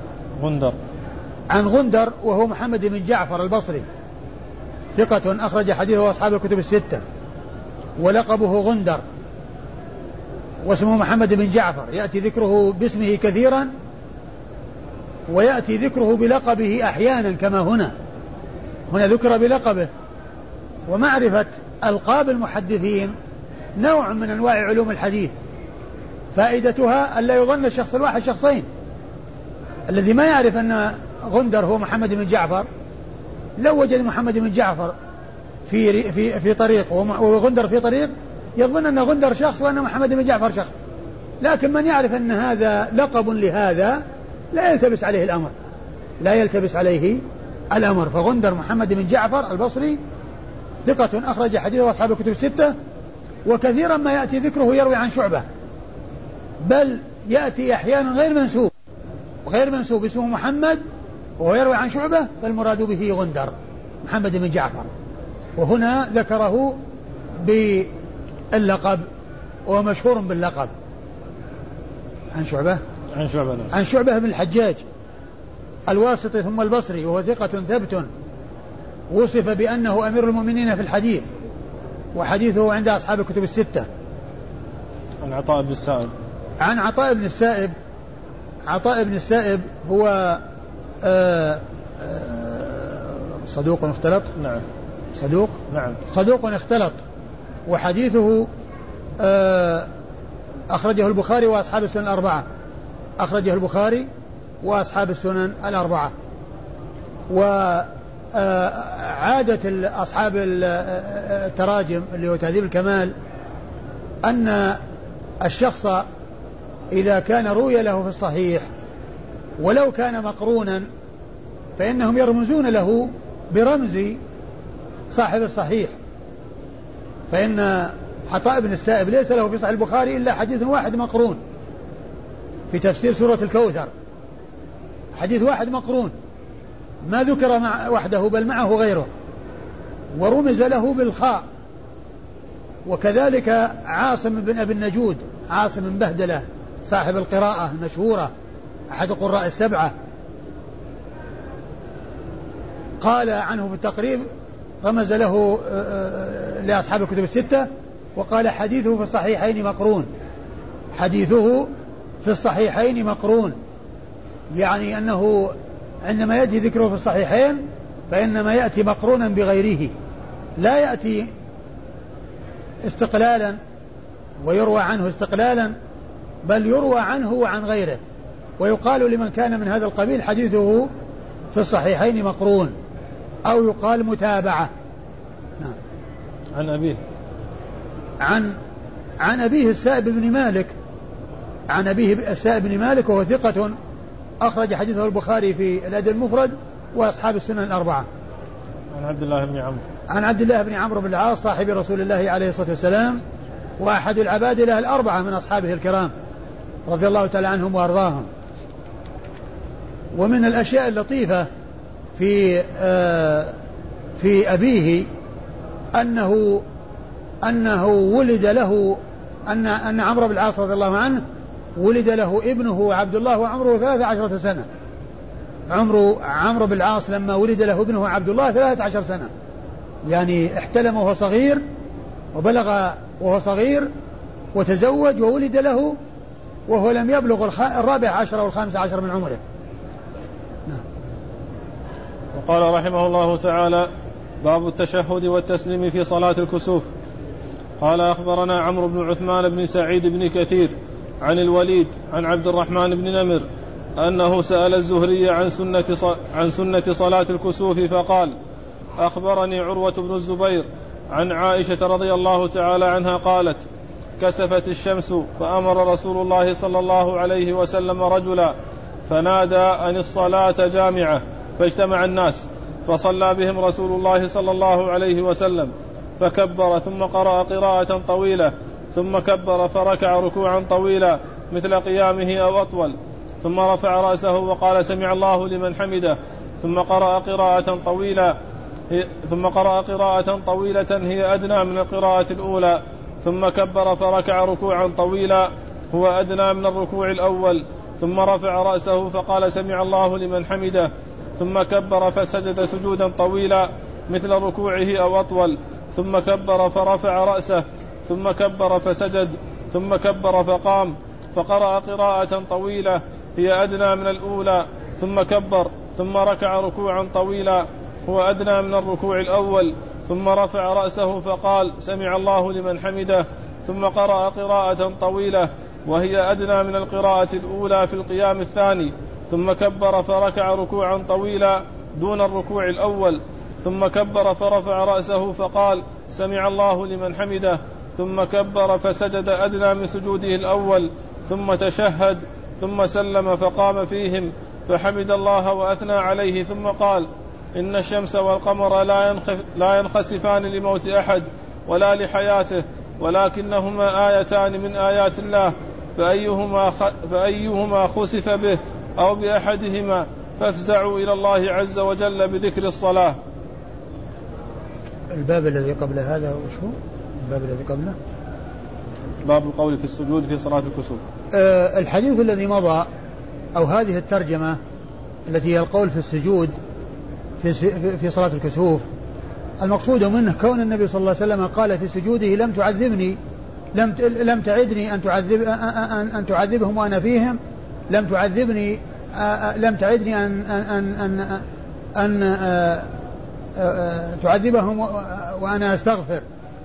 عن غندر وهو محمد بن جعفر البصري، ثقة أخرج حديثه أصحاب الكتب الستة، ولقبه غندر، واسمه محمد بن جعفر. يأتي ذكره باسمه كثيرا ويأتي ذكره بلقبه أحيانا، كما هنا ذكر بلقبه. ومعرفة ألقاب المحدثين نوع من أنواع علوم الحديث، فائدتها ألا يظن الشخص الواحد شخصين. الذي ما يعرف أن غندر هو محمد بن جعفر، لو وجد محمد بن جعفر في طريق وغندر في طريق يظن أن غندر شخص وأن محمد بن جعفر شخص. لكن من يعرف أن هذا لقب لهذا لا يلتبس عليه الأمر. فغندر محمد بن جعفر البصري ثقة أخرج حديثه أصحاب الكتب الستة، وكثيرا ما يأتي ذكره يروي عن شعبة، بل يأتي أحيانا غير منسوب اسمه محمد وهو يروي عن شعبة، فالمراد به غندر محمد بن جعفر. وهنا ذكره باللقب ومشهور باللقب. عن شعبة بن الحجاج الواسطي ثم البصري، وهو ثقة ثبت، وصف بأنه أمير المؤمنين في الحديث، وحديثه عند أصحاب الكتب الستة. عن عطاء بن السائب هو صدوق اختلط. نعم. صدوق اختلط، وحديثه أخرجه البخاري وأصحاب السنن الأربعة. وعادة أصحاب التراجم اللي هو تهذيب الكمال أن الشخص إذا كان روي له في الصحيح ولو كان مقرونا فإنهم يرمزون له برمز صاحب الصحيح. فإن عطاء بن السائب ليس له في صحيح البخاري إلا حديث واحد مقرون في تفسير سورة الكوثر، حديث واحد مقرون ما ذكر وحده بل معه غيره، ورمز له بالخاء. وكذلك عاصم بن أبي النجود، عاصم بن بهدلة صاحب القراءة المشهورة أحد القراء السبعة، قال عنه في التقريب، رمز له لأصحاب الكتب الستة وقال حديثه في الصحيحين مقرون، يعني أنه عندما يأتي ذكره في الصحيحين فإنما يأتي مقرونا بغيره، لا يأتي استقلالا ويروى عنه استقلالا، بل يروى عنه وعن غيره. ويقال لمن كان من هذا القبيل حديثه في الصحيحين مقرون، أو يقال متابعة. نعم. عن أبيه السائب بن مالك، وهو ثقة أخرج حديثه البخاري في الأدب المفرد وأصحاب السنن الأربعة. عن عبد الله بن عمرو بن العاص صاحب رسول الله عليه الصلاة والسلام، وأحد العبادلة الأربعة من أصحابه الكرام رضي الله تعالى عنهم وأرضاهم. ومن الأشياء اللطيفة في أبيه أنه ولد له أن عمرو بن العاص رضي الله عنه ولد له ابنه عبد الله وعمره 13 سنة. عمرو بن العاص لما ولد له ابنه عبد الله 13 سنة، يعني احتلم وهو صغير وبلغ وهو صغير وتزوج وولد له وهو لم يبلغ 14 أو 15 من عمره. وقال رحمه الله تعالى: باب التشهد والتسليم في صلاة الكسوف. قال: أخبرنا عمرو بن عثمان بن سعيد بن كثير عن الوليد عن عبد الرحمن بن نمر أنه سأل الزهري عن سنة صلاة الكسوف فقال: أخبرني عروة بن الزبير عن عائشة رضي الله تعالى عنها قالت: كسفت الشمس فأمر رسول الله صلى الله عليه وسلم رجلا فنادى أن الصلاة جامعة، فاجتمع الناس فصلى بهم رسول الله صلى الله عليه وسلم، فكبر ثم قرأ قراءة طويلة، ثم كبر فركع ركوعا طويلا مثل قيامه أو أطول، ثم رفع رأسه وقال: سمع الله لمن حمده، ثم قرأ قراءة طويلة هي أدنى من القراءة الأولى، ثم كبر فركع ركوعا طويلا هو أدنى من الركوع الأول، ثم رفع رأسه فقال: سمع الله لمن حمده، ثم كبر فسجد سجودا طويلا مثل ركوعه أو أطول، ثم كبر فرفع رأسه، ثم كبر فسجد، ثم كبر فقام فقرأ قراءة طويلة هي أدنى من الأولى، ثم كبر، ثم ركع ركوعا طويلا هو أدنى من الركوع الأول، ثم رفع رأسه فقال: سمع الله لمن حمده، ثم قرأ قراءة طويلة وهي أدنى من القراءة الأولى في القيام الثاني، ثم كبر فركع ركوعا طويلا دون الركوع الأول، ثم كبر فرفع رأسه فقال: سمع الله لمن حمده، ثم كبر فسجد أدنى من سجوده الأول، ثم تشهد، ثم سلم فقام فيهم فحمد الله وأثنى عليه، ثم قال: إن الشمس والقمر لا ينخسفان لموت أحد ولا لحياته، ولكنهما آيتان من آيات الله، فأيهما خسف به أو بأحدهما فافزعوا إلى الله عز وجل بذكر الصلاة. الباب الذي قبل هذا وش هو؟ الباب الذي قبله باب القول في السجود في صلاة الكسوف. الحديث الذي مضى أو هذه الترجمة التي هي القول في السجود في صلاة الكسوف، المقصود منه كون النبي صلى الله عليه وسلم قال في سجوده: لم تعذبني، لم تعدني أن تعذبهم وأنا فيهم، لم تعذبني، لم تعدني أن تعذبهم وأنا أستغفر.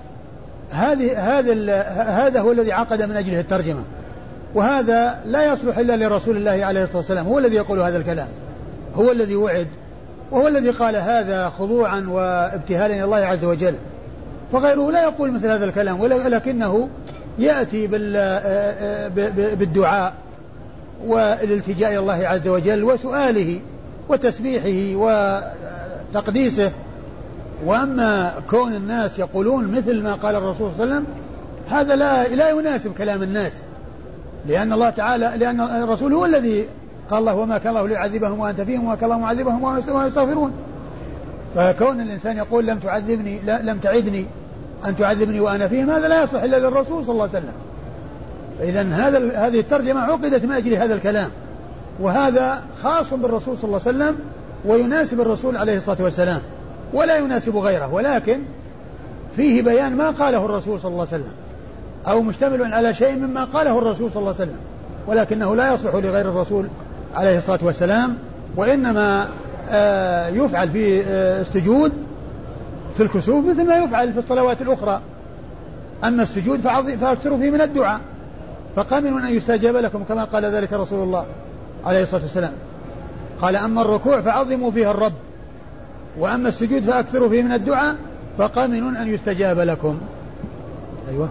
هذا هو الذي عقد من أجله الترجمة، وهذا لا يصلح إلا لرسول الله عليه الصلاة والسلام، هو الذي يقول هذا الكلام، هو الذي وعد، وهو الذي قال هذا خضوعا وابتهالا إلى الله عز وجل، فغيره لا يقول مثل هذا الكلام، ولكنه يأتي بالدعاء والالتجاء إلى الله عز وجل وسؤاله وتسبيحه وتقديسه. وأما كون الناس يقولون مثل ما قال الرسول صلى الله عليه وسلم، هذا لا يناسب كلام الناس، لأن الله تعالى، لأن الرسول هو الذي قال الله: وما كان الله ليعذبهم وأنت فيهم وما كان الله معذبهم وهم يستغفرون. فكون الإنسان يقول لم تعدني أن تعذبني وأنا فيهم، هذا لا يصلح إلا للرسول صلى الله عليه وسلم. إذن هذه الترجمة عقدت من أجل هذا الكلام، وهذا خاص بالرسول صلى الله عليه وسلم ويناسب الرسول عليه الصلاة والسلام ولا يناسب غيره، ولكن فيه بيان ما قاله الرسول صلى الله عليه وسلم، أو مشتمل على شيء مما قاله الرسول صلى الله عليه وسلم، ولكنه لا يصلح لغير الرسول عليه الصلاة والسلام. وإنما يفعل في السجود في الكسوف مثل ما يفعل في الصلوات الأخرى. أما السجود فأكثروا فيه من الدعاء، فقاموا أن يستجاب لكم كما قال ذلك رسول الله عليه الصلاة والسلام. قال: أما الركوع فعظموا فيه الرب، وأما السجود فأكثروا فيه من الدعاء فقاموا أن يستجاب لكم. أيوة.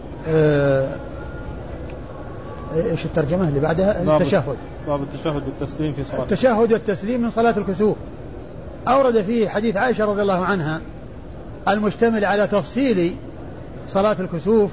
إيش الترجمة اللي بعدها؟ التشهد. باب التشهد والتسليم في صلاة التشهد والتسليم من صلاة الكسوف. أورد فيه حديث عائشة رضي الله عنها المشتمل على تفصيل صلاة الكسوف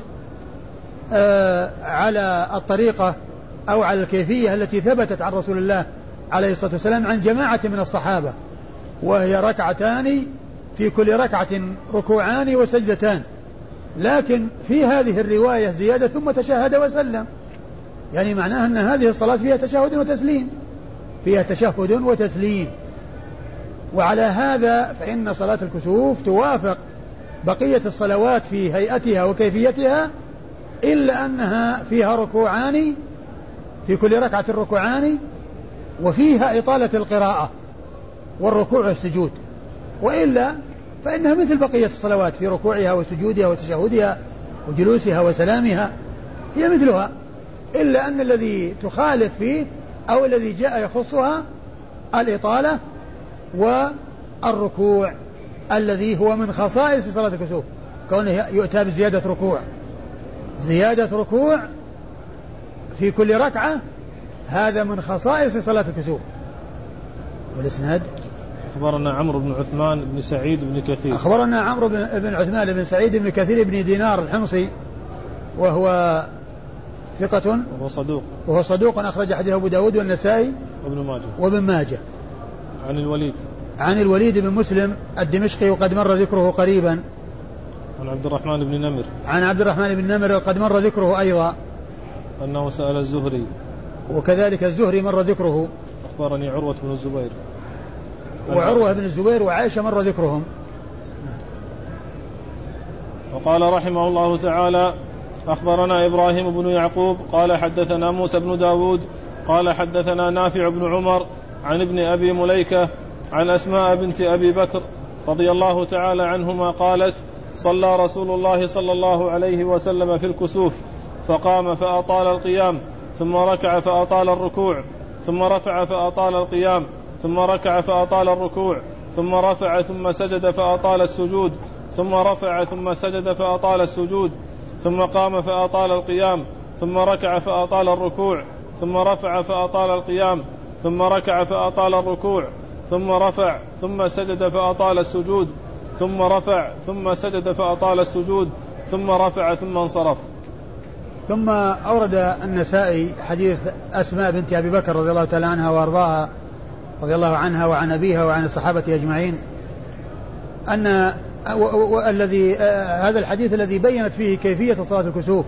على الطريقة أو على الكيفية التي ثبتت عن رسول الله عليه الصلاة والسلام عن جماعة من الصحابة، وهي ركعتان في كل ركعة ركوعان وسجدتان، لكن في هذه الرواية زيادة ثم تشهد وسلم، يعني معناه أن هذه الصلاة فيها تشهد وتسليم، فيها تشهد وتسليم. وعلى هذا فإن صلاة الكسوف توافق بقية الصلوات في هيئتها وكيفيتها، إلا أنها فيها ركوعان، في كل ركعة ركوعان، وفيها إطالة القراءة والركوع والسجود، وإلا فإنها مثل بقية الصلوات في ركوعها وسجودها وتشهدها وجلوسها وسلامها، هي مثلها، إلا أن الذي تخالف فيه أو الذي جاء يخصها الإطالة والركوع الذي هو من خصائص صلاة الكسوف، كونه يؤتى بزيادة ركوع، زيادة ركوع في كل ركعة، هذا من خصائص صلاة الكسوف. والإسناد أخبرنا عمرو بن عثمان بن سعيد بن كثير. أخبرنا عمرو بن عثمان بن سعيد بن كثير بن دينار الحمصي، وهو ثقة وهو صدوق أخرج حديث أبو داود والنسائي وابن ماجه. عن الوليد بن مسلم الدمشقي وقد مر ذكره قريبا. عن عبد الرحمن بن نمر قد مر ذكره أيضا، أنه سأل الزهري، وكذلك الزهري مر ذكره. أخبرني عروة بن الزبير، وعروة بن الزبير وعائشة مر ذكرهم. وقال رحمه الله تعالى: أخبرنا إبراهيم بن يعقوب قال حدثنا موسى بن داود قال حدثنا نافع بن عمر عن ابن أبي مليكة عن أسماء بنت أبي بكر رضي الله تعالى عنهما قالت: صلى رسول الله صلى الله عليه وسلم في الكسوف، فقام فأطال القيام، ثم ركع فأطال الركوع، ثم رفع فأطال القيام، ثم ركع فأطال الركوع، ثم رفع ثم سجد فأطال السجود، ثم رفع ثم سجد فأطال السجود، ثم قام فأطال القيام، ثم ركع فأطال الركوع، ثم رفع فأطال القيام، ثم ركع فأطال الركوع، ثم رفع ثم سجد فأطال السجود، ثم رفع ثم سجد فأطال السجود، ثم رفع ثم انصرف. ثم أورد النسائي حديث أسماء بنت أبي بكر رضي الله تعالى عنها وأرضاها، رضي الله عنها وعن أبيها وعن الصحابة أجمعين، أن هذا الحديث الذي بينت فيه كيفية صلاة الكسوف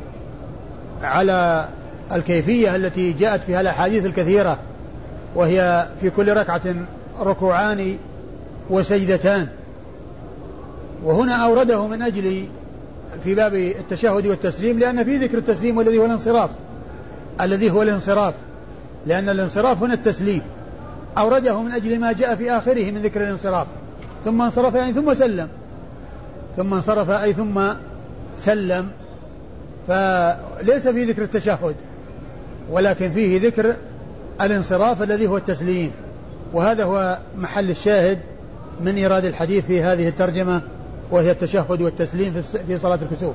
على الكيفية التي جاءت فيها الأحاديث الكثيرة، وهي في كل ركعة ركوعان وسجدتان. وهنا أورده من أجل في باب التشهد والتسليم، لأن في ذكر التسليم الذي هو الانصراف، لأن الانصراف هنا التسليم، أورده من أجل ما جاء في آخره من ذكر الانصراف، ثم انصرف يعني ثم سلم، ثم انصرف أي ثم سلم، فليس في ذكر التشهد، ولكن فيه ذكر الانصراف الذي هو التسليم، وهذا هو محل الشاهد من إيراد الحديث في هذه الترجمة، وهي التشهد والتسليم في صلاة الكسوف.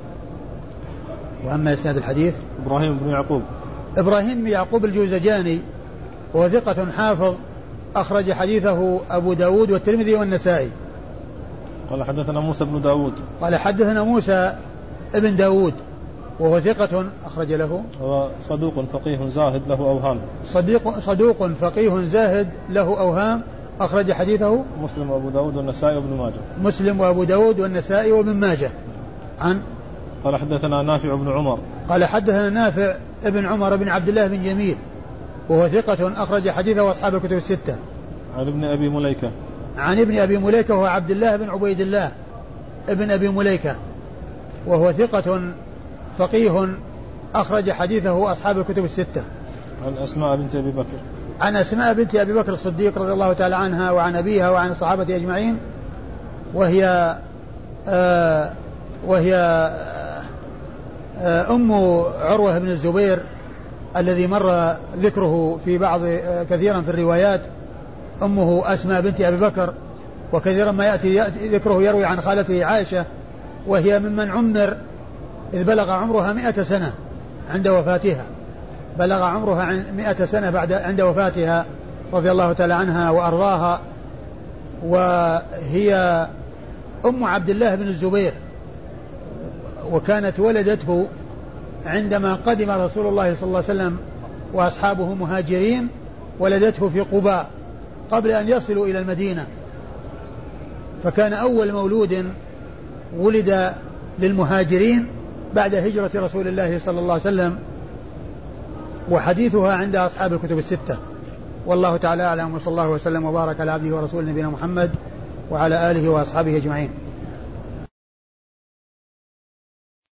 وأما إسناد الحديث إبراهيم بن يعقوب الجوزجاني، وهو ثقة حافظ أخرج حديثه أبو داود والترمذي والنسائي. قال حدثنا موسى بن داود قال حدثنا موسى ابن داود، وهو ثقة أخرج له. هو صدوق فقيه زاهد له أوهام. صدوق فقيه زاهد له أوهام، أخرج حديثه مسلم وأبو داود والنسائي وابن ماجه. مسلم وأبو داود والنسائي وابن ماجه. قال حدثنا نافع بن عمر. قال حدثنا نافع ابن عمر بن عبد الله بن جميل، وهو ثقة أخرج حديثه وأصحاب الكتب الستة. عن ابن أبي مليكة وهو عبد الله بن عبيد الله ابن أبي مليكة، وهو ثقة فقيه أخرج حديثه أصحاب الكتب الستة. عن أسماء بنت أبي بكر الصديق رضي الله تعالى عنها وعن أبيها وعن الصحابة أجمعين، وهي أم عروة بن الزبير الذي مر ذكره في بعض كثيرا في الروايات، أمه أسماء بنت أبي بكر، وكثيرا ما يأتي ذكره يروي عن خالته عائشة، وهي ممن عمر إذ بلغ عمرها 100 سنة عند وفاتها، بلغ عمرها 100 سنة عند وفاتها رضي الله تعالى عنها وأرضاها، وهي أم عبد الله بن الزبير، وكانت ولدته عندما قدم رسول الله صلى الله عليه وسلم وأصحابه مهاجرين، ولدته في قباء قبل أن يصلوا إلى المدينة، فكان أول مولود ولد للمهاجرين بعد هجرة رسول الله صلى الله عليه وسلم وحديثها عند أصحاب الكتب الستة. والله تعالى أعلم، وصلى الله وسلم وبارك على عبده ورسوله نبينا محمد وعلى آله وأصحابه أجمعين.